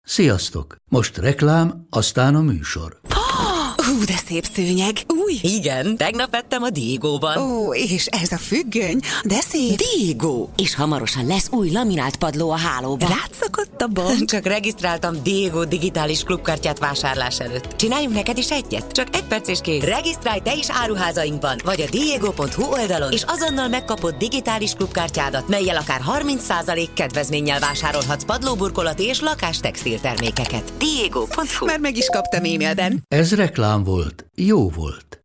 Sziasztok! Most reklám, aztán a műsor. De szép szőnyeg. Új. Igen, tegnap vettem a Diegóban. Ó, és ez a függöny, de szép. Diegó! És hamarosan lesz új laminált padló a hálóban. Rátszakadt a bank. Csak regisztráltam Diegó digitális klubkártyát vásárlás előtt. Csináljunk neked is egyet? Csak 1 perc és kész. Regisztrálj te is áruházainkban, vagy a diego.hu oldalon, és azonnal megkapod digitális klubkártyádat, mellyel akár 30% kedvezménnyel vásárolhatsz padlóburkolati és lakástextil termékeket. Diego.hu. Már meg is kaptam e-mailben. Ez reklám volt, jó volt.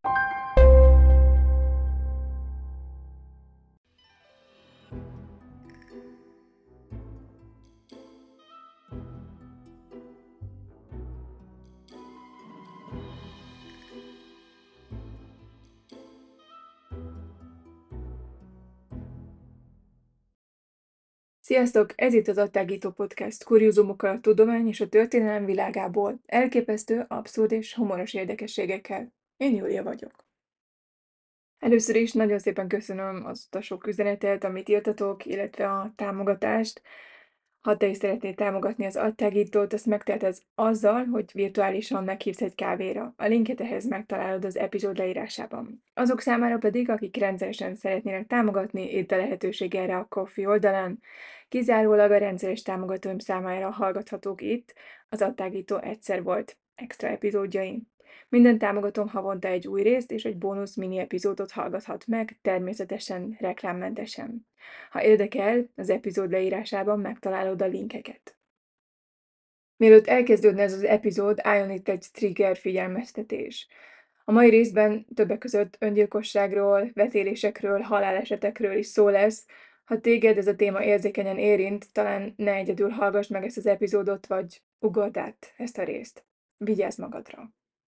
Sziasztok! Ez itt az Attágító Podcast, kuriózumokkal a tudomány és a történelem világából, elképesztő, abszurd és humoros érdekességekkel. Én Júlia vagyok. Először is nagyon szépen köszönöm azt a sok üzenetet, amit írtatok, illetve a támogatást. Ha te is szeretnéd támogatni az Attágítót, azt megteheted azzal, hogy virtuálisan meghívsz egy kávéra. A linket ehhez megtalálod az epizód leírásában. Azok számára pedig, akik rendszeresen szeretnének támogatni, itt a lehetőség erre a Ko-fi oldalán. Kizárólag a rendszeres támogatóim számára hallgathatók itt, az Attágító egyszer volt extra epizódjai. Minden támogatóm havonta egy új részt és egy bónusz mini epizódot hallgathat meg, természetesen reklámmentesen. Ha érdekel, az epizód leírásában megtalálod a linkeket. Mielőtt elkezdődne ez az epizód, álljon itt egy trigger figyelmeztetés. A mai részben többek között öngyilkosságról, vetélésekről, halálesetekről is szó lesz. Ha téged ez a téma érzékenyen érint, talán ne egyedül hallgass meg ezt az epizódot, vagy ugord át ezt a részt. Vigyázz magadra!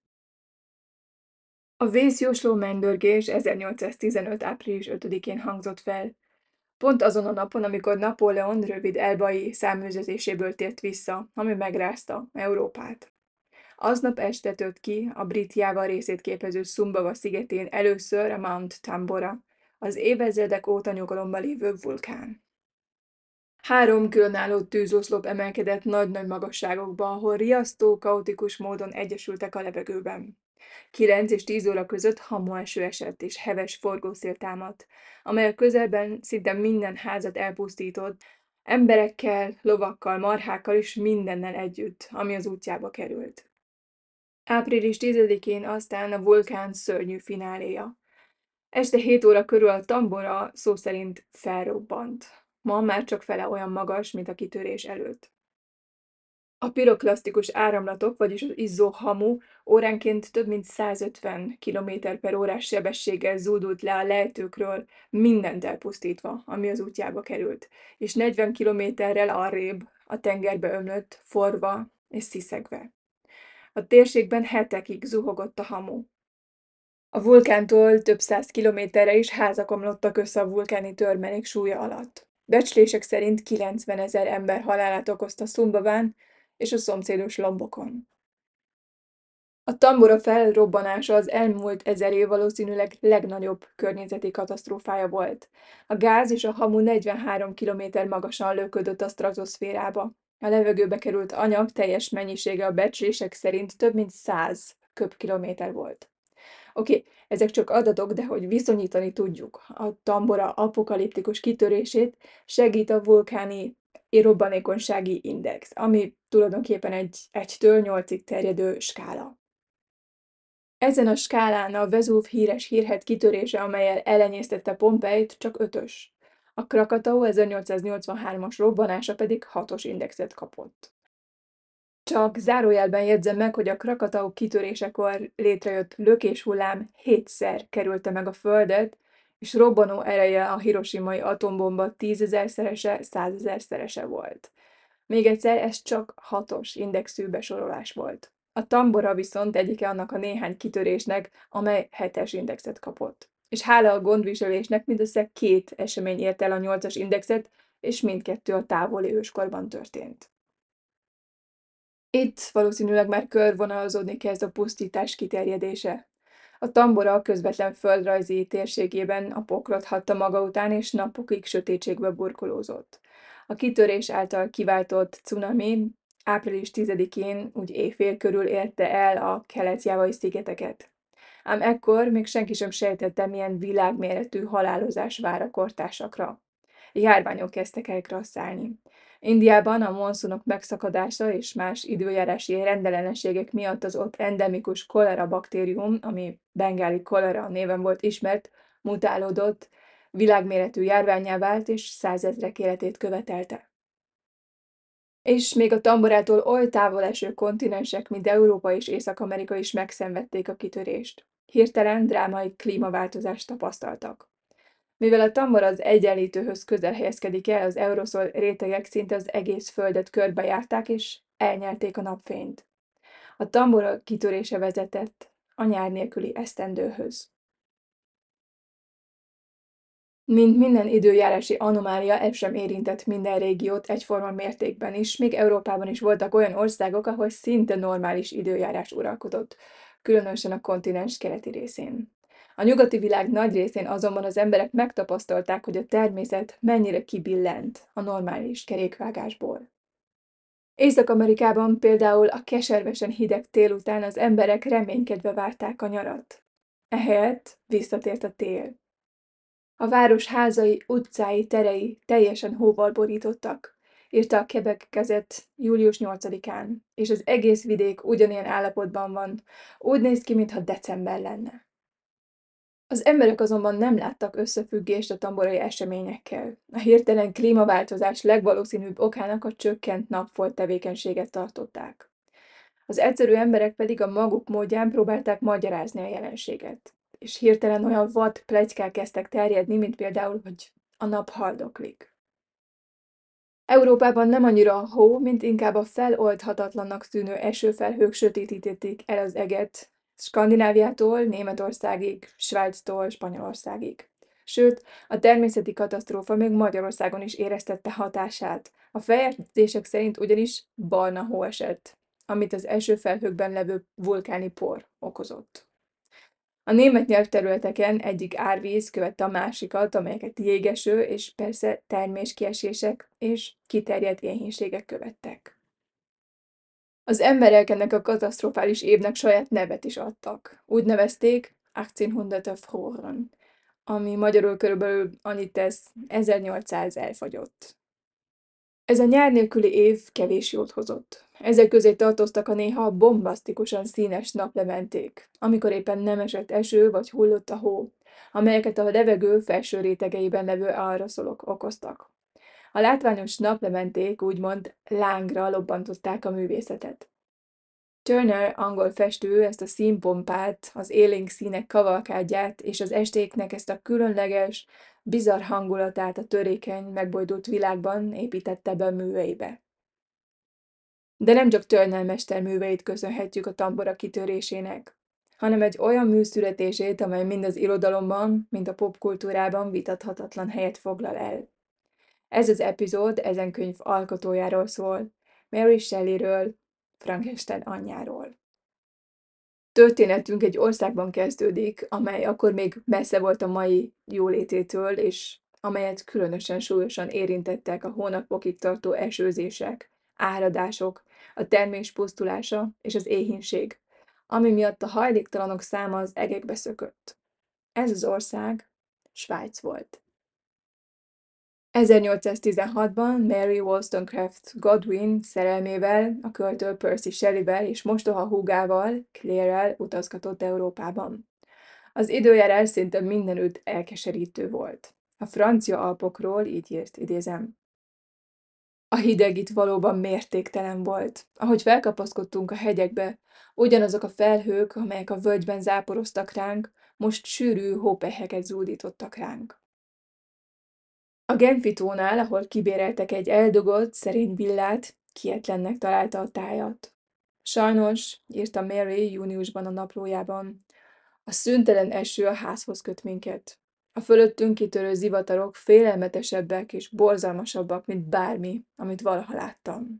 A vészjósló mennydörgés 1815. április 5-én hangzott fel. Pont azon a napon, amikor Napóleon rövid elbai száműzözéséből tért vissza, ami megrázta Európát. Aznap este tört ki a brit Jáva részét képező Sumbawa szigetén először a Mount Tambora, az évezredek óta nyugalomban lévő vulkán. 3 különálló tűzoszlop emelkedett nagy-nagy magasságokba, ahol riasztó, kaotikus módon egyesültek a levegőben. 9 és 10 óra között hamueső esett és heves forgószél támadt, amely a közelben szinte minden házat elpusztított, emberekkel, lovakkal, marhákkal és mindennel együtt, ami az útjába került. Április 10-én aztán a vulkán szörnyű fináléja. Este 7 óra körül a Tambora szó szerint felrobbant. Ma már csak fele olyan magas, mint a kitörés előtt. A piroklasztikus áramlatok, vagyis az izzó hamu óránként több mint 150 km/órás sebességgel zúdult le a lejtőkről, mindent elpusztítva, ami az útjába került, és 40 kilométerrel arrébb a tengerbe ömlött, forva és sziszegve. A térségben hetekig zuhogott a hamu. A vulkántól több 100 kilométerre is házak omlottak össze a vulkáni törmelék súlya alatt. Becslések szerint 90 000 ember halálát okozta Szumbaván és a szomszédos lombokon. A Tambora felrobbanása az elmúlt 1000 év valószínűleg legnagyobb környezeti katasztrófája volt. A gáz és a hamu 43 km magasan löködött a stratoszférába. A levegőbe került anyag teljes mennyisége a becslések szerint több mint 100 köbkilométer volt. Oké, ezek csak adatok, de hogy viszonyítani tudjuk a Tambora apokaliptikus kitörését, segít a vulkáni robbanékonysági index, ami tulajdonképpen egy 1-től 8-ig terjedő skála. Ezen a skálán a Vezúv híres hírhedt kitörése, amellyel elenyésztette Pompeit, csak 5-ös. A Krakatau 1883-as robbanása pedig 6-os indexet kapott. Csak zárójelben jegyzem meg, hogy a Krakatau kitörésekor létrejött lökéshullám 7-szer kerülte meg a Földet, és robbanó ereje a hiroshimai atombomba 10 000-szerese, 100 000-szerese volt. Még egyszer, ez csak 6-os indexű besorolás volt. A Tambora viszont egyike annak a néhány kitörésnek, amely 7-es indexet kapott. És hála a gondviselésnek mindössze 2 esemény ért el a 8-as indexet, és mindkettő a távoli őskorban történt. Itt valószínűleg már körvonalazódni kezd a pusztítás kiterjedése. A Tambora a közvetlen földrajzi térségében a pokrot hagyta maga után, és napokig sötétségbe burkolózott. A kitörés által kiváltott cunami április 10-én, úgy éjfél körül érte el a kelet-jávai szigeteket. Ám ekkor még senki sem sejtette, milyen világméretű halálozás vár a kortársakra. Járványok kezdtek el grasszálni. Indiában a monszunok megszakadása és más időjárási rendellenességek miatt az ott endemikus kolera baktérium, ami bengáli kolera néven volt ismert, mutálódott, világméretű járvánnyá vált és százezrek életét követelte. És még a tamborától oly távol eső kontinensek, mint Európa és Észak-Amerika is megszenvedték a kitörést. Hirtelen drámai klímaváltozást tapasztaltak. Mivel a tambor az Egyenlítőhöz közel helyezkedik el, az aeroszol rétegek szinte az egész Földet körbejárták és elnyelték a napfényt. A tambor kitörése vezetett a nyár nélküli esztendőhöz. Mint minden időjárási anomália, ez sem érintett minden régiót egyforma mértékben is, még Európában is voltak olyan országok, ahol szinte normális időjárás uralkodott, különösen a kontinens keleti részén. A nyugati világ nagy részén azonban az emberek megtapasztalták, hogy a természet mennyire kibillent a normális kerékvágásból. Észak-Amerikában például a keservesen hideg tél után az emberek reménykedve várták a nyarat. Ehelyett visszatért a tél. A város házai, utcái, terei teljesen hóval borítottak, írta a Quebec Gazette július 8-án, és az egész vidék ugyanilyen állapotban van, úgy néz ki, mintha december lenne. Az emberek azonban nem láttak összefüggést a tamborai eseményekkel. A hirtelen klímaváltozás legvalószínűbb okának a csökkent napfolt tevékenységet tartották. Az egyszerű emberek pedig a maguk módján próbálták magyarázni a jelenséget. És hirtelen olyan vad pletykák kezdtek terjedni, mint például, hogy a nap haldoklik. Európában nem annyira a hó, mint inkább a feloldhatatlannak tűnő esőfelhők sötétítették el az eget, Skandináviától Németországig, Svájctól Spanyolországig. Sőt, a természeti katasztrófa még Magyarországon is éreztette hatását. A feljegyzések szerint ugyanis barna hó esett, amit az esőfelhőkben levő vulkáni por okozott. A német nyelvterületeken egyik árvíz követte a másikat, amelyeket jégeső és persze terméskiesések és kiterjedt éhínségek követtek. Az emberek ennek a katasztrofális évnek saját nevet is adtak. Úgy nevezték 1800 Froren, ami magyarul körülbelül annyit tesz 1800 elfagyott. Ez a nyár nélküli év kevés jót hozott. Ezek közé tartoztak a néha bombasztikusan színes naplementék, amikor éppen nem esett eső vagy hullott a hó, amelyeket a levegő felső rétegeiben levő aeroszolok okoztak. A látványos naplementék úgymond lángra lobbantották a művészetet. Turner, angol festő, ezt a színpompát, az élénk színek kavalkádját és az estéknek ezt a különleges, bizarr hangulatát a törékeny, megbojdult világban építette be a műveibe. De nem csak Turner mesterműveit köszönhetjük a tambora kitörésének, hanem egy olyan mű születését, amely mind az irodalomban, mind a popkultúrában vitathatatlan helyet foglal el. Ez az epizód ezen könyv alkotójáról szól, Mary Shelleyről, Frankenstein anyjáról. Történetünk egy országban kezdődik, amely akkor még messze volt a mai jólététől, és amelyet különösen súlyosan érintettek a hónapokig tartó esőzések, áradások, a termés pusztulása és az éhínség, ami miatt a hajléktalanok száma az egekbe szökött. Ez az ország Svájc volt. 1816-ban Mary Wollstonecraft Godwin szerelmével, a költő Percy Shelleyvel és mostoha húgával, Claire-rel utazgatott Európában. Az időjárás szinte mindenütt elkeserítő volt. A francia Alpokról így írt, idézem. A hideg itt valóban mértéktelen volt. Ahogy felkapaszkodtunk a hegyekbe, ugyanazok a felhők, amelyek a völgyben záporoztak ránk, most sűrű hópelyheket zúdítottak ránk. A Genfi tónál, ahol kibéreltek egy eldugott, szerény villát, kietlennek találta a tájat. Sajnos, írta Mary júniusban a naplójában, a szüntelen eső a házhoz köt minket. A fölöttünk kitörő zivatarok félelmetesebbek és borzalmasabbak, mint bármi, amit valaha láttam.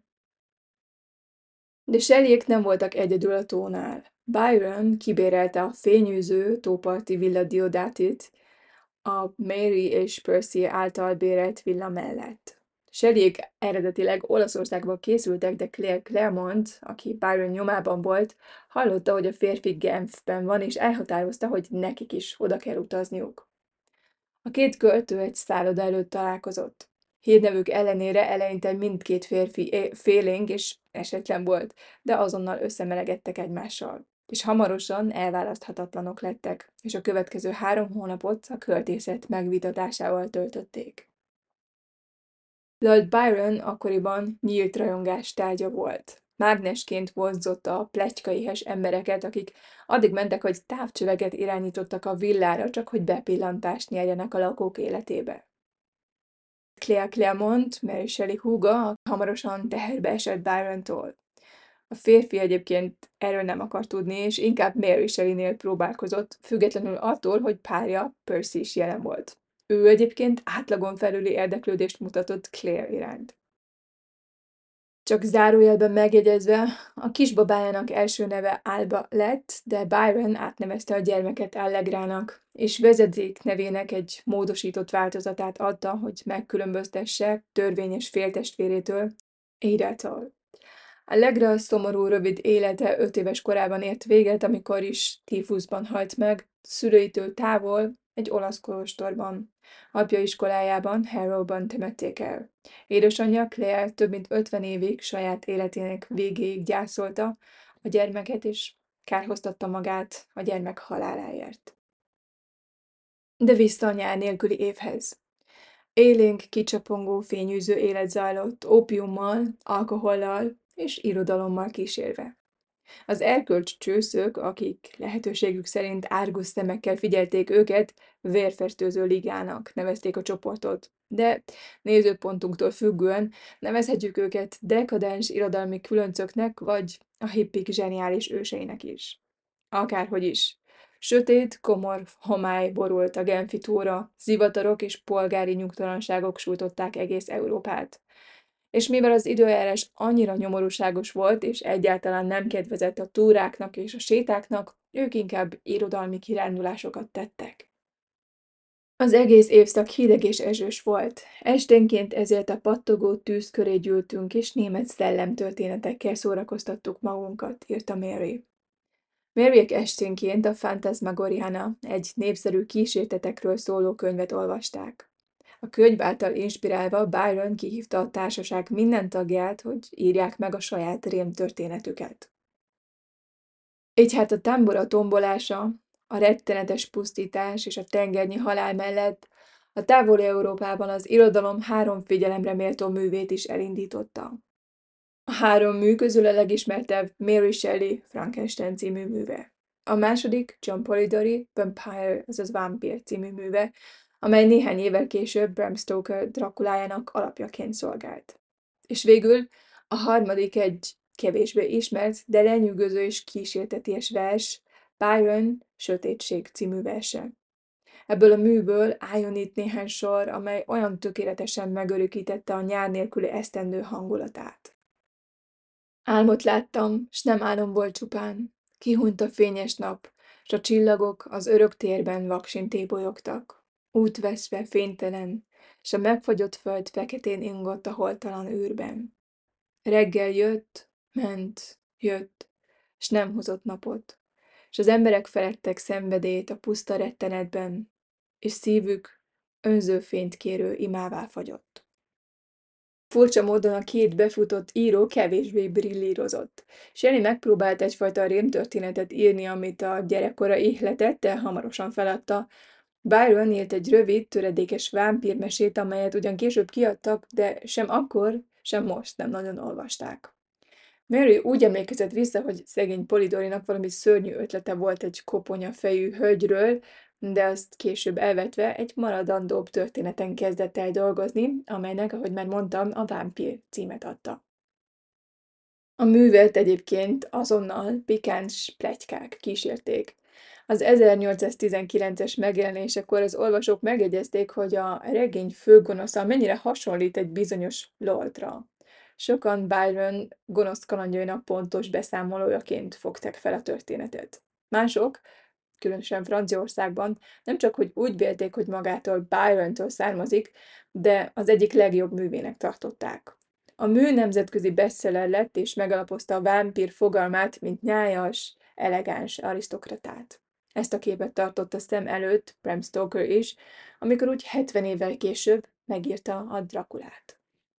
De Shelleyék nem voltak egyedül a tónál. Byron kibérelte a fényűző tóparti villa Diodatit, a Mary és Percy által bérelt villa mellett. Shelleyék eredetileg Olaszországból készültek, de Claire Claremont, aki Byron nyomában volt, hallotta, hogy a férfi Genfben van, és elhatározta, hogy nekik is oda kell utazniuk. A két költő egy szálloda előtt találkozott. Hírnevük ellenére eleinte mindkét férfi félénk és esetlen volt, de azonnal összemelegedtek egymással. És hamarosan elválaszthatatlanok lettek, és a következő 3 hónapot a költészet megvitatásával töltötték. Lord Byron akkoriban nyílt rajongás tárgya volt. Mágnesként vonzotta a pletykaihes embereket, akik addig mentek, hogy távcsöveket irányítottak a villára, csak hogy bepillantást nyerjenek a lakók életébe. Claire Claremont, Mary Shelley húga hamarosan teherbe esett Byrontól. A férfi egyébként erről nem akart tudni, és inkább Mary Shelleynél próbálkozott, függetlenül attól, hogy párja Percy is jelen volt. Ő egyébként átlagon felüli érdeklődést mutatott Claire iránt. Csak zárójelben megjegyezve, a kisbabájának első neve Alba lett, de Byron átnevezte a gyermeket Allegrának, és vezeték nevének egy módosított változatát adta, hogy megkülönböztesse törvényes féltestvérétől, Ada-tól. Allegra szomorú, rövid élete 5 éves korában ért véget, amikor is tífuszban halt meg, szüleitől távol, egy olasz kolostorban. Apja iskolájában, Harrowban temették el. Édesanyja Claire több mint 50 évig saját életének végéig gyászolta a gyermeket, és kárhoztatta magát a gyermek haláláért. De vissza a nyár nélküli évhez. Élénk, kicsapongó, fényűző élet zajlott, ópiummal, alkohollal és irodalommal kísérve. Az erkölcs csőszök, akik lehetőségük szerint árgus szemekkel figyelték őket, vérfertőző ligának nevezték a csoportot, de nézőpontunktól függően nevezhetjük őket dekadens irodalmi különcöknek, vagy a hippik zseniális őseinek is. Akárhogy is. Sötét, komor homály borult a Genfi túra, zivatarok és polgári nyugtalanságok sújtották egész Európát. És mivel az időjárás annyira nyomorúságos volt, és egyáltalán nem kedvezett a túráknak és a sétáknak, ők inkább irodalmi kirándulásokat tettek. Az egész évszak hideg és esős volt. Esténként ezért a pattogó tűz köré gyűltünk, és német szellemtörténetekkel szórakoztattuk magunkat, írta Mary. Maryék esténként a Phantasmagoriana, egy népszerű kísértetekről szóló könyvet olvasták. A könyv által inspirálva Byron kihívta a társaság minden tagját, hogy írják meg a saját rémtörténetüket. Így hát a tábora tombolása, a rettenetes pusztítás és a tengernyi halál mellett a távoli Európában az irodalom 3 figyelemre méltó művét is elindította. A 3 mű közül a legismertebb Mary Shelley Frankenstein című műve. A második John Polidori Vampire, azaz Vámpír című műve, amely néhány évvel később Bram Stoker Drakulájának alapjaként szolgált. És végül a harmadik egy kevésbé ismert, de lenyűgöző és kísérteties vers, Byron Sötétség című verse. Ebből a műből álljon itt néhány sor, amely olyan tökéletesen megörökítette a nyár nélküli esztendő hangulatát. Álmot láttam, s nem álom volt csupán. Kihunyt a fényes nap, s a csillagok az örök térben vaksin tébolyogtak. Útveszve fénytelen, s a megfagyott föld feketén ingott a holtalan űrben. Reggel jött, ment, jött, s nem hozott napot, s az emberek feledtek szenvedélyt a puszta rettenetben, és szívük önző fényt kérő imává fagyott. Furcsa módon a két befutott író kevésbé brillírozott. Shelley megpróbált egyfajta rémtörténetet írni, amit a gyerekkora ihletett, de hamarosan feladta. Byron írt egy rövid, töredékes vámpírmesét, amelyet ugyan később kiadtak, de sem akkor, sem most nem nagyon olvasták. Mary úgy emlékezett vissza, hogy szegény Polidorinak valami szörnyű ötlete volt egy koponya fejű hölgyről, de azt később elvetve egy maradandóbb történeten kezdett el dolgozni, amelynek, ahogy már mondtam, a Vámpír címet adta. A művet egyébként azonnal pikáns pletykák kísérték. Az 1819-es megjelenésekor az olvasók megjegyezték, hogy a regény főgonosza mennyire hasonlít egy bizonyos Lordra. Sokan Byron gonosz kalandjainak pontos beszámolójaként fogták fel a történetet. Mások, különösen Franciaországban, nem csak, hogy úgy vélték, hogy magától Byrontól származik, de az egyik legjobb művének tartották. A mű nemzetközi bestseller lett, és megalapozta a vámpír fogalmát, mint nyájas, elegáns arisztokratát. Ezt a képet tartotta szem előtt Bram Stoker is, amikor úgy 70 évvel később megírta a Drakulát.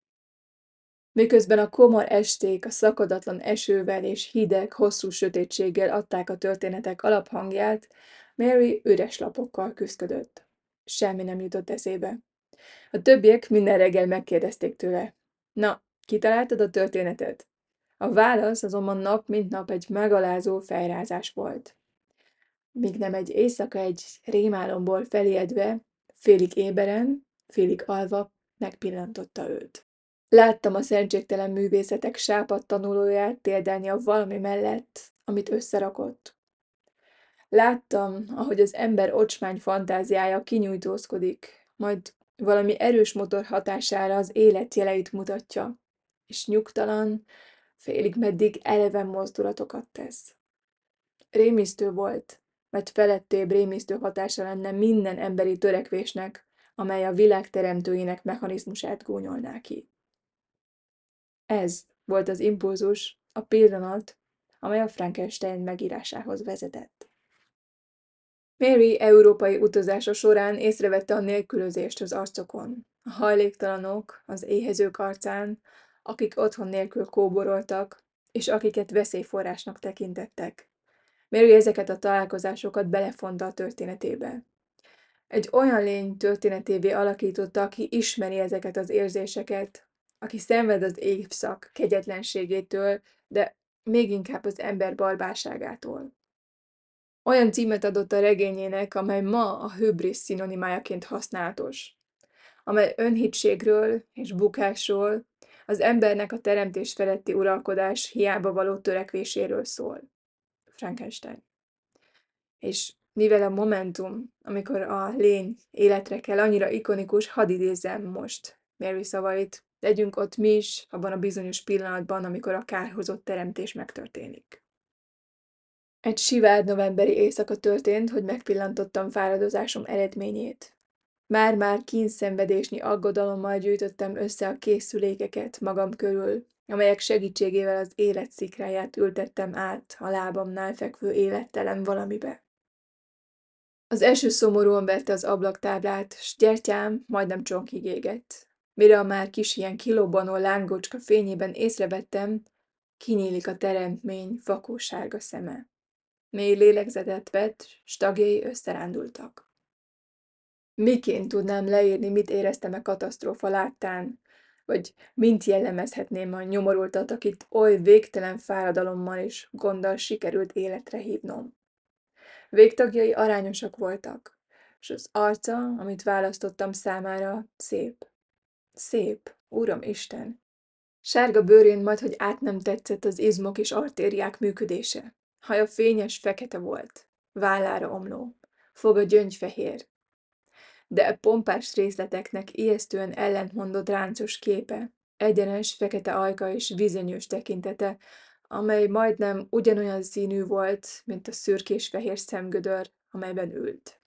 Miközben a komor esték a szakadatlan esővel és hideg, hosszú sötétséggel adták a történetek alaphangját, Mary üres lapokkal küszködött. Semmi nem jutott eszébe. A többiek minden reggel megkérdezték tőle. Na, kitaláltad a történetet? A válasz azonban nap mint nap egy megalázó fejrázás volt. Míg nem egy éjszaka egy rémálomból felijedve, félig éberen, félig alva megpillantotta őt. Láttam a szentségtelen művészetek sápadt tanulóját térdálni a valami mellett, amit összerakott. Láttam, ahogy az ember ocsmány fantáziája kinyújtózkodik, majd valami erős motor hatására az élet jeleit mutatja, és nyugtalan, félig meddig eleven mozdulatokat tesz. Rémisztő volt, mert felettébb rémisztő hatása lenne minden emberi törekvésnek, amely a világ teremtőjének mechanizmusát gúnyolná ki. Ez volt az impulzus, a pillanat, amely a Frankenstein megírásához vezetett. Mary európai utazása során észrevette a nélkülözést az arcokon, a hajléktalanok az éhezők arcán, akik otthon nélkül kóboroltak, és akiket veszélyforrásnak tekintettek. Mary ezeket a találkozásokat belefonta a történetébe. Egy olyan lény történetévé alakította, aki ismeri ezeket az érzéseket, aki szenved az évszak kegyetlenségétől, de még inkább az ember barbárságától. Olyan címet adott a regényének, amely ma a hübrisz szinonimájaként használatos, amely önhitségről és bukásról, az embernek a teremtés feletti uralkodás hiába való törekvéséről szól. Frankenstein. És mivel a momentum, amikor a lény életre kell, annyira ikonikus, hadd idézzem most Mary szavait, legyünk ott mi is, abban a bizonyos pillanatban, amikor a kárhozott teremtés megtörténik. Egy sivár novemberi éjszaka történt, hogy megpillantottam fáradozásom eredményét. Már-már kínszenvedésnyi aggodalommal gyűjtöttem össze a készülékeket magam körül, amelyek segítségével az élet szikráját ültettem át a lábamnál fekvő élettelen valamibe. Az eső szomorúan verte az ablaktáblát, s gyertyám majdnem csonkig égett. Mire a már kis ilyen kilobbanó lángocska fényében észrevettem, kinyílik a teremtmény vakósárga szeme. Mély lélegzetet vett, s tagjai összerándultak. Miként tudnám leírni, mit éreztem a katasztrófa láttán, vagy mint jellemezhetném a nyomorultat, akit oly végtelen fáradalommal és gonddal sikerült életre hívnom. Végtagjai arányosak voltak, és az arca, amit választottam számára, szép. Szép, Uram Isten! Sárga bőrén majdhogy át nem tetszett az izmok és artériák működése. Haja fényes, fekete volt, vállára omló, foga gyöngyfehér. De a pompás részleteknek ijesztően ellentmondott ráncos képe, egyenes, fekete ajka és vizenyős tekintete, amely majdnem ugyanolyan színű volt, mint a szürkés-fehér szemgödör, amelyben ült.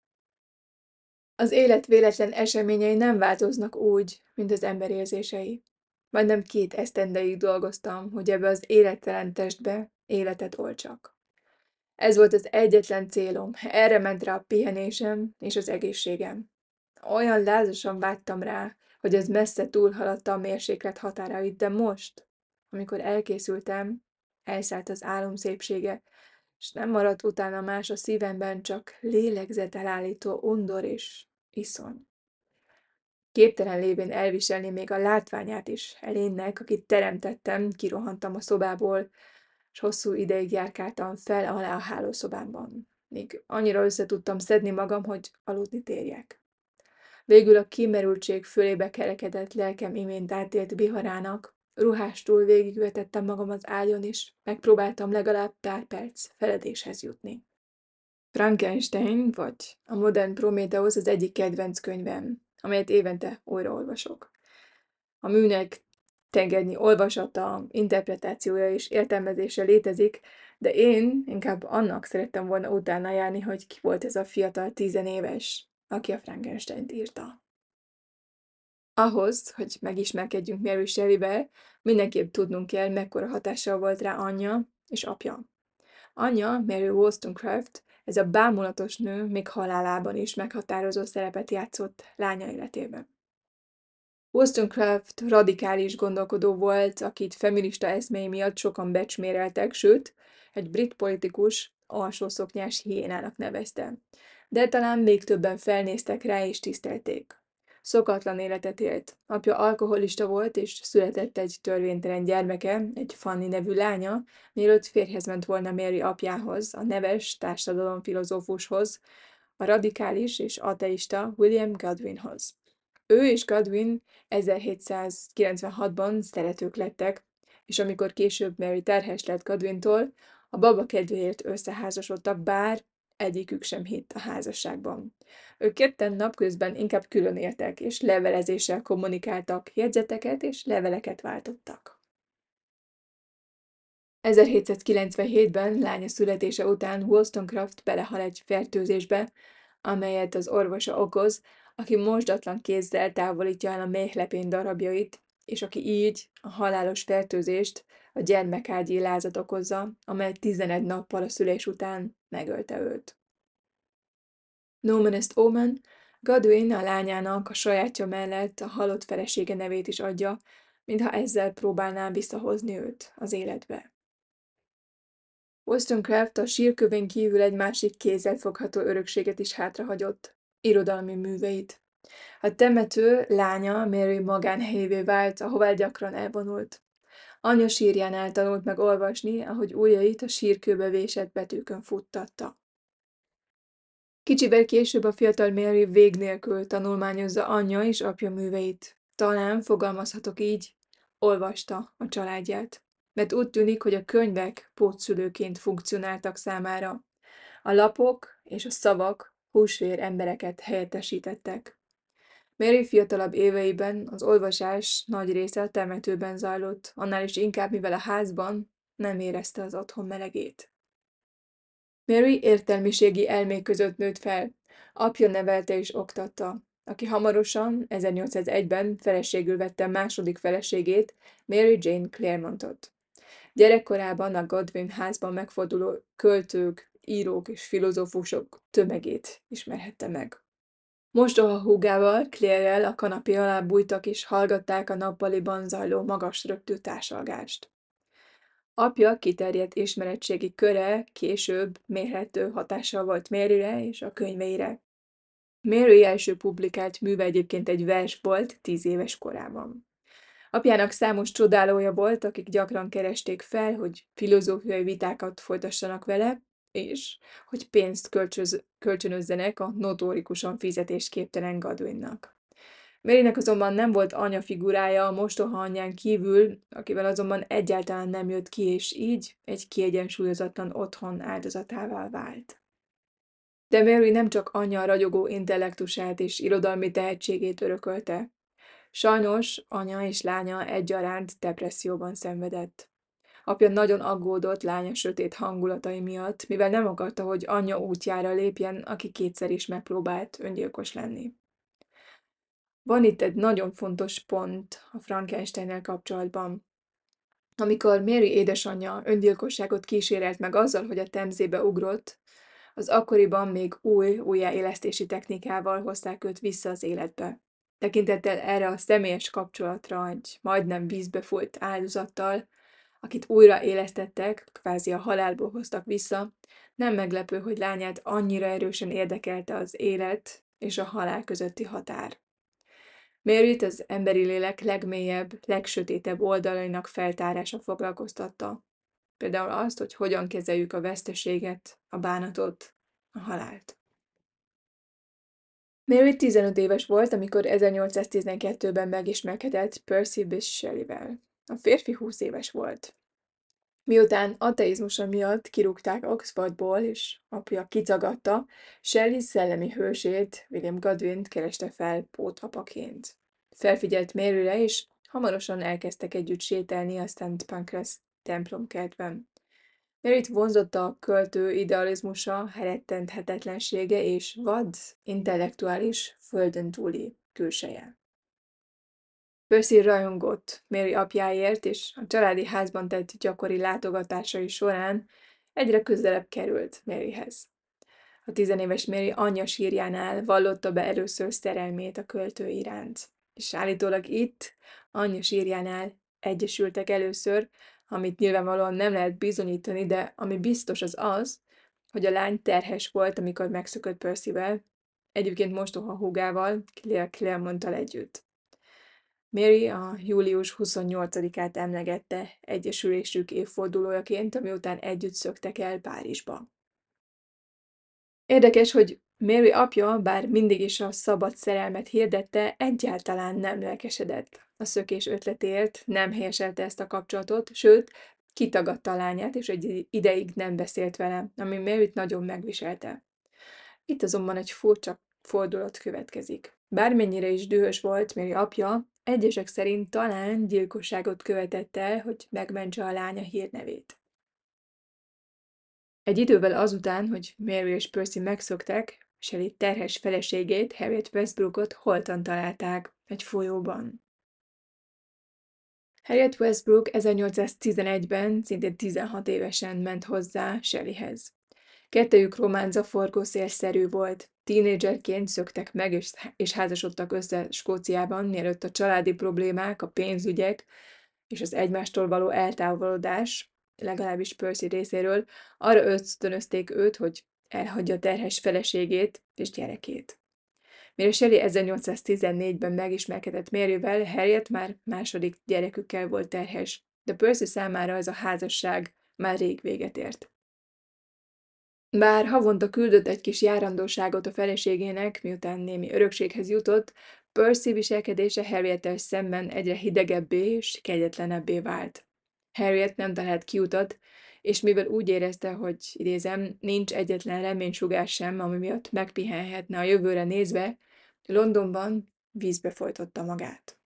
Az élet véletlen eseményei nem változnak úgy, mint az ember érzései. Majdnem 2 esztendeig dolgoztam, hogy ebbe az élettelen testbe életet oltsak. Ez volt az egyetlen célom, erre ment rá a pihenésem és az egészségem. Olyan lázasan vágytam rá, hogy ez messze túlhaladta a mérséklet határait, de most, amikor elkészültem, elszállt az álom szépsége, és nem maradt utána más a szívemben, csak lélegzetelállító undor és iszony. Képtelen lévén elviselni még a látványát is elénynek, akit teremtettem, kirohantam a szobából, és hosszú ideig járkáltam fel alá a hálószobámban, míg annyira össze tudtam szedni magam, hogy aludni térjek. Végül a kimerültség fölébe kerekedett lelkem imént átélt viharának, ruhástul végigvetettem magam az ágyon, és megpróbáltam legalább pár perc feledéshez jutni. Frankenstein, vagy a modern Prométheusz az egyik kedvenc könyvem, amelyet évente újraolvasok. A műnek tengernyi olvasata, interpretációja és értelmezése létezik, de én inkább annak szerettem volna utána járni, hogy ki volt ez a fiatal tizenéves, aki a Frankensteint írta. Ahhoz, hogy megismerkedjünk Mary Shelleyvel, mindenképp tudnunk kell, mekkora hatással volt rá anyja és apja. Anyja, Mary Wollstonecraft, ez a bámulatos nő még halálában is meghatározó szerepet játszott lánya életében. Wollstonecraft radikális gondolkodó volt, akit feminista eszméi miatt sokan becsméreltek, sőt, egy brit politikus alsószoknyás hiénának nevezte. De talán még többen felnéztek rá és tisztelték. Szokatlan életet élt. Apja alkoholista volt, és született egy törvénytelen gyermeke, egy Fanny nevű lánya, mielőtt férjhez ment volna Mary apjához, a neves társadalomfilozófushoz, a radikális és ateista William Godwinhoz. Ő és Godwin 1796-ban szeretők lettek, és amikor később Mary terhes lett Godwintól, a baba kedvéért összeházasodtak, bár egyikük sem hitt a házasságban. Ők ketten napközben inkább külön éltek, és levelezéssel kommunikáltak, jegyzeteket és leveleket váltottak. 1797-ben lánya születése után Wollstonecraft belehal egy fertőzésbe, amelyet az orvosa okoz, aki mosdatlan kézzel távolítja el a méhlepény darabjait, és aki így a halálos fertőzést, a gyermekágyi lázat okozza, amely 11 nappal a szülés után megölte őt. No Man Est Omen, Godwin a lányának a sajátja mellett a halott felesége nevét is adja, mintha ezzel próbálná visszahozni őt az életbe. Wollstonecraft a sírkövén kívül egy másik kézzelfogható örökséget is hátrahagyott, irodalmi műveit. A temető lánya Mary magánhelyévé vált, ahová gyakran elvonult. Anyja sírjánál tanult meg olvasni, ahogy ujjait a sírkőbe vésett betűkön futtatta. Kicsivel később a fiatal Mary vég nélkül tanulmányozza anyja és apja műveit. Talán, fogalmazhatok így, olvasta a családját, mert úgy tűnik, hogy a könyvek pótszülőként funkcionáltak számára. A lapok és a szavak húsvér embereket helyettesítettek. Mary fiatalabb éveiben az olvasás nagy része a temetőben zajlott, annál is inkább, mivel a házban nem érezte az otthon melegét. Mary értelmiségi elmék között nőtt fel, apja nevelte és oktatta, aki hamarosan, 1801-ben feleségül vette második feleségét, Mary Jane Claremontot. Gyerekkorában a Godwin házban megforduló költők, írók és filozófusok tömegét ismerhette meg. Mostoha húgával, Claire-rel a kanapé alá bújtak és hallgatták a nappaliban zajló magas rögtű társalgást. Apja kiterjedt ismeretségi köre később mérhető hatással volt Maryre és a könyveire. Mary első publikált műve egyébként egy vers volt 10 éves korában. Apjának számos csodálója volt, akik gyakran keresték fel, hogy filozófiai vitákat folytassanak vele, és hogy pénzt kölcsönözzenek a notorikusan fizetésképtelen Godwinnak. Marynek azonban nem volt anya figurája a mostoha anyján kívül, akivel azonban egyáltalán nem jött ki, és így egy kiegyensúlyozatlan otthon áldozatává vált. De Mary nem csak anyja ragyogó intellektusát és irodalmi tehetségét örökölte. Sajnos anya és lánya egyaránt depresszióban szenvedett. Apja nagyon aggódott lánya sötét hangulatai miatt, mivel nem akarta, hogy anyja útjára lépjen, aki kétszer is megpróbált öngyilkos lenni. Van itt egy nagyon fontos pont a Frankensteinnel kapcsolatban. Amikor Mary édesanyja öngyilkosságot kísérelt meg azzal, hogy a Temzébe ugrott, az akkoriban még új újjáélesztési technikával hozták őt vissza az életbe. Tekintettel erre a személyes kapcsolatra egy majdnem vízbe folyt áldozattal, akit újra élesztettek, kvázi a halálból hoztak vissza, nem meglepő, hogy lányát annyira erősen érdekelte az élet és a halál közötti határ. Maryt az emberi lélek legmélyebb, legsötétebb oldalainak feltárása foglalkoztatta. Például azt, hogy hogyan kezeljük a veszteséget, a bánatot, a halált. Mary 15 éves volt, amikor 1812-ben megismerkedett Percy Bysshe Shelleyvel. A férfi 20 éves volt. Miután ateizmusa miatt kirúgták Oxfordból, és apja kicagadta, Shelley szellemi hősét, William Godwint kereste fel pótapaként. Felfigyelt Maryre, és Hamarosan elkezdtek együtt sétálni a Szent Pancras templomkertben. Maryt vonzotta a költő idealizmusa, rettenthetetlensége és vad, intellektuális, földön túli külseje. Percy rajongott Mary apjáért, és a családi házban tett gyakori látogatásai során egyre közelebb került Maryhez. A 10 éves Mary anyja sírjánál vallotta be először szerelmét a költő iránt. És állítólag itt, anyja sírjánál egyesültek először, amit nyilvánvalóan nem lehet bizonyítani, de ami biztos az az, hogy a lány terhes volt, amikor megszökött Percyvel, egyébként mostoha húgával, Claire Claremonttal együtt. Mary a július 28-át emlegette egyesülésük évfordulójaként, amiután együtt szöktek el Párizsba. Érdekes, hogy Mary apja, bár mindig is a szabad szerelmet hirdette, egyáltalán nem lelkesedett a szökés ötletéért, nem helyeselte ezt a kapcsolatot, sőt, kitagadta a lányát, és egy ideig nem beszélt vele, ami Maryt nagyon megviselte. Itt azonban egy furcsa fordulat következik. Bármennyire is dühös volt Mary apja, egyesek szerint talán gyilkosságot követett el, hogy megmentse a lánya hírnevét. Egy idővel azután, hogy Mary és Percy megszöktek, Shelley terhes feleségét, Harriet Westbrookot holtan találták egy folyóban. Harriet Westbrook 1811-ben, szintén 16 évesen ment hozzá Shelleyhez. Kettejük románza forgószélszerű volt. Tínédzserként szöktek meg és házasodtak össze Skóciában, mielőtt a családi problémák, a pénzügyek és az egymástól való eltávolodás, legalábbis Percy részéről, arra ösztönözték őt, hogy elhagyja terhes feleségét és gyerekét. Mire Shelley 1814-ben megismerkedett Maryvel, Harriet már második gyerekükkel volt terhes, de Percy számára ez a házasság már rég véget ért. Bár havonta küldött egy kis járandóságot a feleségének, miután némi örökséghez jutott, Percy viselkedése Harriettel szemben egyre hidegebbé és kegyetlenebbé vált. Harriet nem talált kiutat, és mivel úgy érezte, hogy, idézem, nincs egyetlen reménysugár sem, ami miatt megpihenhetne a jövőre nézve, Londonban vízbe folytotta magát.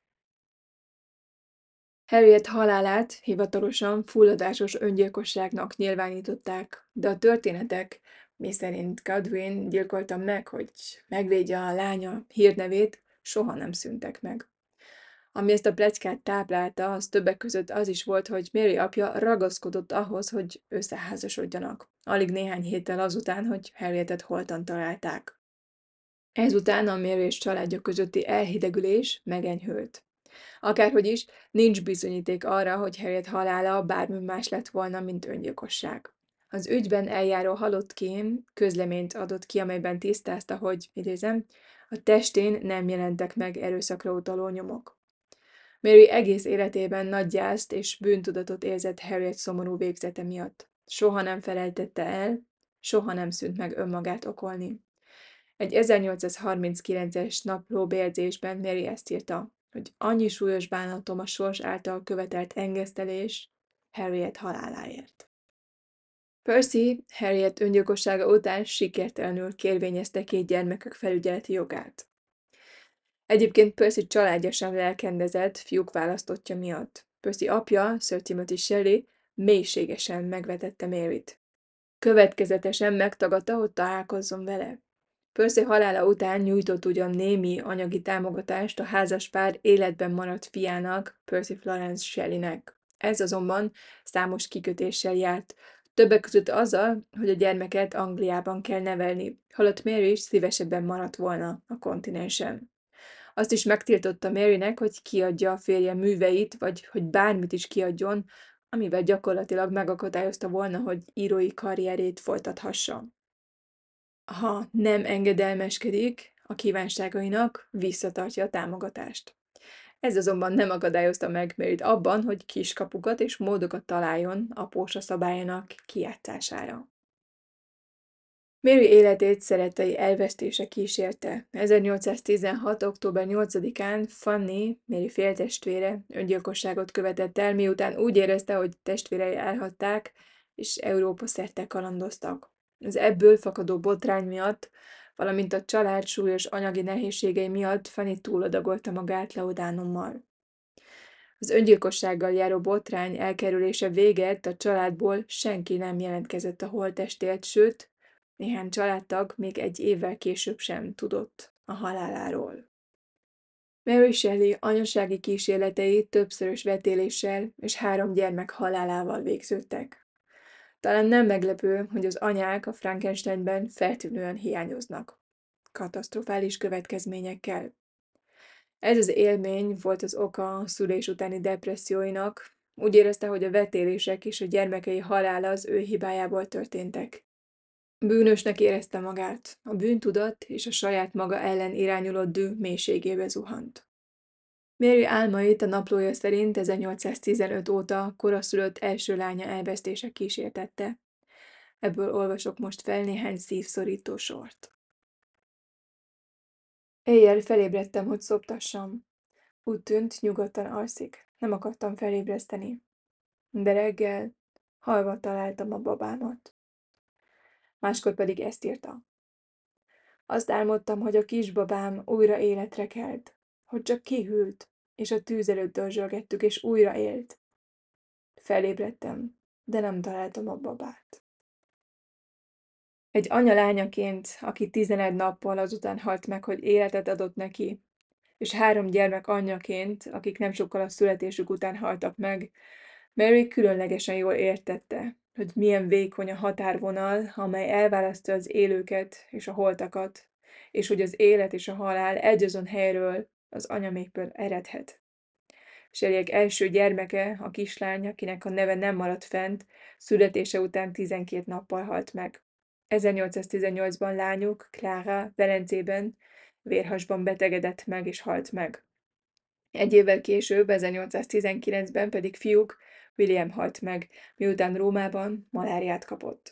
Harriet halálát hivatalosan fulladásos öngyilkosságnak nyilvánították, de a történetek, miszerint Godwin gyilkolta meg, hogy megvédje a lánya hírnevét, soha nem szűntek meg. Ami ezt a pletykát táplálta, az többek között az is volt, hogy Mary apja ragaszkodott ahhoz, hogy összeházasodjanak, alig néhány héttel azután, hogy Harrietet holtan találták. Ezután a Mary és családja közötti elhidegülés megenyhült. Akárhogy is, nincs bizonyíték arra, hogy Harriet halála bármi más lett volna, mint öngyilkosság. Az ügyben eljáró halottkém közleményt adott ki, amelyben tisztázta, hogy, idézem, a testén nem jelentek meg erőszakra utaló nyomok. Mary egész életében nagy gyászt és bűntudatot érzett Harriet szomorú végzete miatt. Soha nem felejtette el, soha nem szűnt meg önmagát okolni. Egy 1839-es naplóbélyegzésben Mary ezt írta, hogy annyi súlyos bánatom a sors által követelt engesztelés Harriet haláláért. Percy Harriet öngyilkossága után sikertelenül kérvényezte 2 gyermekük felügyeleti jogát. Egyébként Percy családja sem lelkendezett fiúk választottja miatt. Percy apja, Sir Timothy Shelley, mélységesen megvetette Maryt. Következetesen megtagadta, hogy találkozzon vele. Percy halála után nyújtott ugyan némi anyagi támogatást a házaspár életben maradt fiának, Percy Florence Shelleynek. Ez azonban számos kikötéssel járt, többek között azzal, hogy a gyermeket Angliában kell nevelni, holott Mary is szívesebben maradt volna a kontinensen. Azt is megtiltotta Marynek, hogy kiadja a férje műveit, vagy hogy bármit is kiadjon, amivel gyakorlatilag megakadályozta volna, hogy írói karrierét folytathassa. Ha nem engedelmeskedik a kívánságainak, visszatartja a támogatást. Ez azonban nem akadályozta meg Maryt abban, hogy kiskapukat és módokat találjon apósa szabályának kijátszására. Mary életét szerettei elvesztése kísérte. 1816. október 8-án Fanny, Mary féltestvére, öngyilkosságot követett el, miután úgy érezte, hogy testvérei elhagyták, és Európa szerte kalandoztak. Az ebből fakadó botrány miatt, valamint a család súlyos anyagi nehézségei miatt Fanny túladagolta magát Laudanummal. Az öngyilkossággal járó botrány elkerülése végett a családból senki nem jelentkezett a holttestért, sőt, néhány családtag még egy évvel később sem tudott a haláláról. Mary Shelley anyasági kísérletei többszörös vetéléssel és 3 gyermek halálával végződtek. Talán nem meglepő, hogy az anyák a Frankensteinben feltűnően hiányoznak, katasztrofális következményekkel. Ez az élmény volt az oka a szülés utáni depresszióinak, úgy érezte, hogy a vetélések és a gyermekei halála az ő hibájából történtek. Bűnösnek érezte magát, a bűntudat és a saját maga ellen irányuló düh mélységébe zuhant. Mary álmait a naplója szerint 1815 óta koraszülött első lánya elvesztése kísértette. Ebből olvasok most fel néhány szívszorító sort. Éjjel felébredtem, hogy szoptassam. Úgy tűnt, nyugodtan alszik. Nem akartam felébreszteni. De reggel halva találtam a babámat. Máskor pedig ezt írta. Azt álmodtam, hogy a kisbabám újra életre kelt, hogy csak kihűlt, és a tűz előtt dörzsölgettük, és újra élt. Felébredtem, de nem találtam a babát. Egy anya lányaként, aki 11 nappal azután halt meg, hogy életet adott neki, és 3 gyermek anyjaként, akik nem sokkal a születésük után haltak meg, Mary különlegesen jól értette, hogy milyen vékony a határvonal, amely elválasztja az élőket és a holtakat, és hogy az élet és a halál egyazon helyről, az anyamékből eredhet. Shelleyek első gyermeke, a kislány, akinek a neve nem maradt fent, születése után 12 nappal halt meg. 1818-ban lányuk, Clara, Velencében vérhasban betegedett meg és halt meg. Egy évvel később, 1819-ben pedig fiúk, William halt meg, miután Rómában maláriát kapott.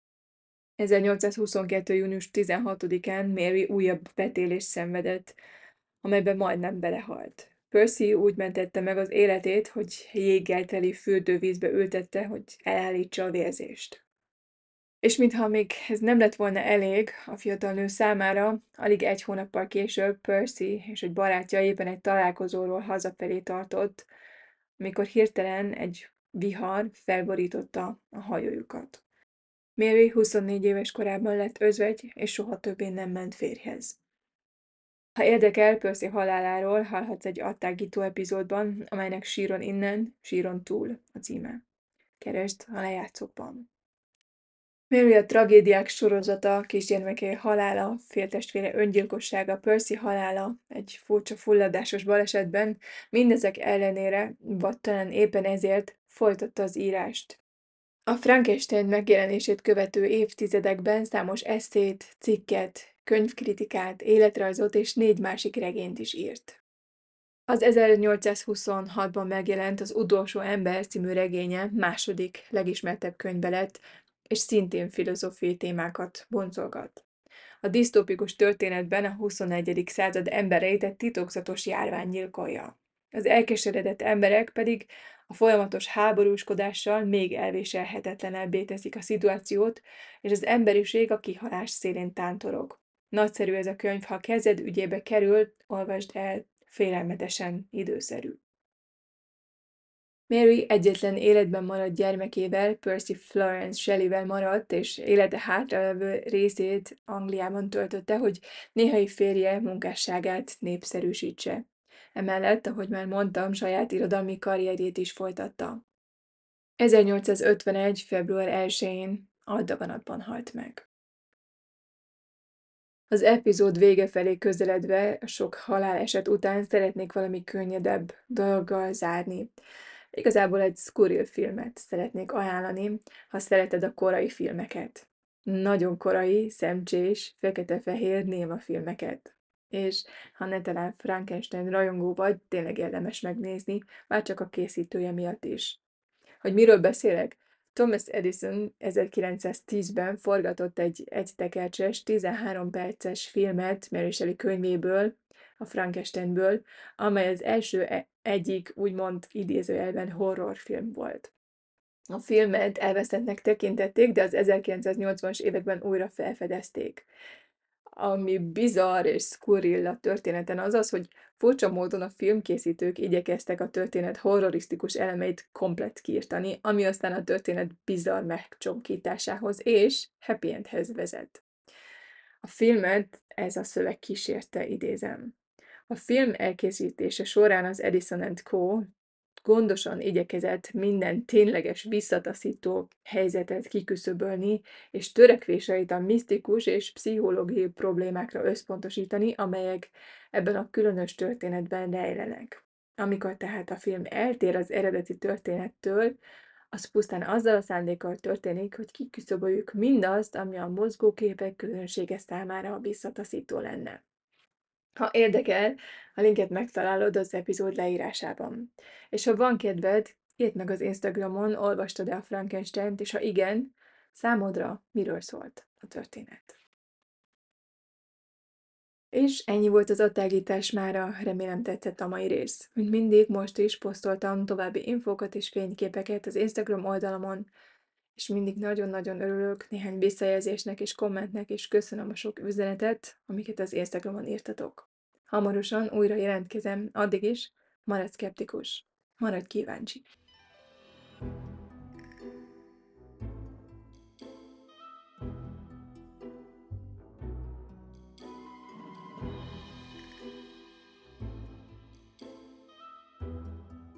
1822. június 16-án Mary újabb vetélést szenvedett, amelyben majdnem belehalt. Percy úgy mentette meg az életét, hogy jéggel teli fürdővízbe ültette, hogy elállítsa a vérzést. És mintha még ez nem lett volna elég a fiatal nő számára, alig 1 hónappal később Percy és egy barátja éppen egy találkozóról hazafelé tartott, amikor hirtelen egy vihar felborította a hajójukat. Mary 24 éves korában lett özvegy, és soha többé nem ment férjhez. Ha érdekel Percy haláláról, hallhatsz egy attágító epizódban, amelynek Síron innen, Síron túl a címe. Keresd a lejátszókban. Mary a tragédiák sorozata, kisgyermekei halála, féltestvére öngyilkossága, Percy halála egy furcsa fulladásos balesetben, mindezek ellenére, vagy talán éppen ezért folytatta az írást. A Frankenstein megjelenését követő évtizedekben számos esszét, cikket, könyvkritikát, életrajzot és 4 másik regényt is írt. Az 1826-ban megjelent Az utolsó ember című regénye második legismertebb könyve lett, és szintén filozófiai témákat boncolgat. A disztópikus történetben a 21. század embereit egy titokzatos járvány gyilkolja. Az elkeseredett emberek pedig a folyamatos háborúskodással még elviselhetetlenebbé teszik a szituációt, és az emberiség a kihalás szélén tántorog. Nagyszerű ez a könyv, ha kezed ügyébe kerül, olvasd el, félelmetesen időszerű. Mary egyetlen életben maradt gyermekével, Percy Florence Shelleyvel maradt, és élete hátralevő részét Angliában töltötte, hogy néhai férje munkásságát népszerűsítse. Emellett, ahogy már mondtam, saját irodalmi karrierjét is folytatta. 1851. február 1-én Aldaganatban halt meg. Az epizód vége felé közeledve, a sok haláleset után szeretnék valami könnyedebb dologgal zárni. Igazából egy szkurril filmet szeretnék ajánlani, ha szereted a korai filmeket. Nagyon korai, szemcsés, fekete-fehér néma filmeket. És ha netán Frankenstein rajongó vagy, tényleg érdemes megnézni, már csak a készítője miatt is. Hogy miről beszélek? Thomas Edison 1910-ben forgatott egy egytekercses, 13 perces filmet Mary Shelley könyvéből, a Frankensteinből, amely az első egyik úgymond idézőjelben horrorfilm volt. A filmet elveszettnek tekintették, de az 1980-as években újra felfedezték. Ami bizarr és szkurril a történeten az az, hogy furcsa módon a filmkészítők igyekeztek a történet horrorisztikus elemeit komplett kiirtani, ami aztán a történet bizarr megcsonkításához és happy endhez vezet. A filmet ez a szöveg kísérte, idézem. A film elkészítése során az Edison Co. Gondosan igyekezett minden tényleges visszataszító helyzetet kiküszöbölni, és törekvéseit a misztikus és pszichológiai problémákra összpontosítani, amelyek ebben a különös történetben rejlenek. Amikor tehát a film eltér az eredeti történettől, az pusztán azzal a szándékkal történik, hogy kiküszöböljük mindazt, ami a mozgóképek közönsége számára visszataszító lenne. Ha érdekel, a linket megtalálod az epizód leírásában. És ha van kedved, írd meg az Instagramon, olvastad-e a Frankensteint, és ha igen, számodra miről szólt a történet. És ennyi volt az adtágítás mára, remélem tetszett a mai rész. Mint mindig, most is posztoltam további infókat és fényképeket az Instagram oldalamon, és mindig nagyon-nagyon örülök néhány visszajelzésnek és kommentnek, és köszönöm a sok üzenetet, amiket az Instagramon írtatok. Hamarosan újra jelentkezem, addig is maradj szkeptikus, maradj kíváncsi.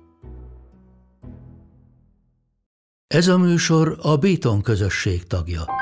Ez a műsor a Béton közösség tagja.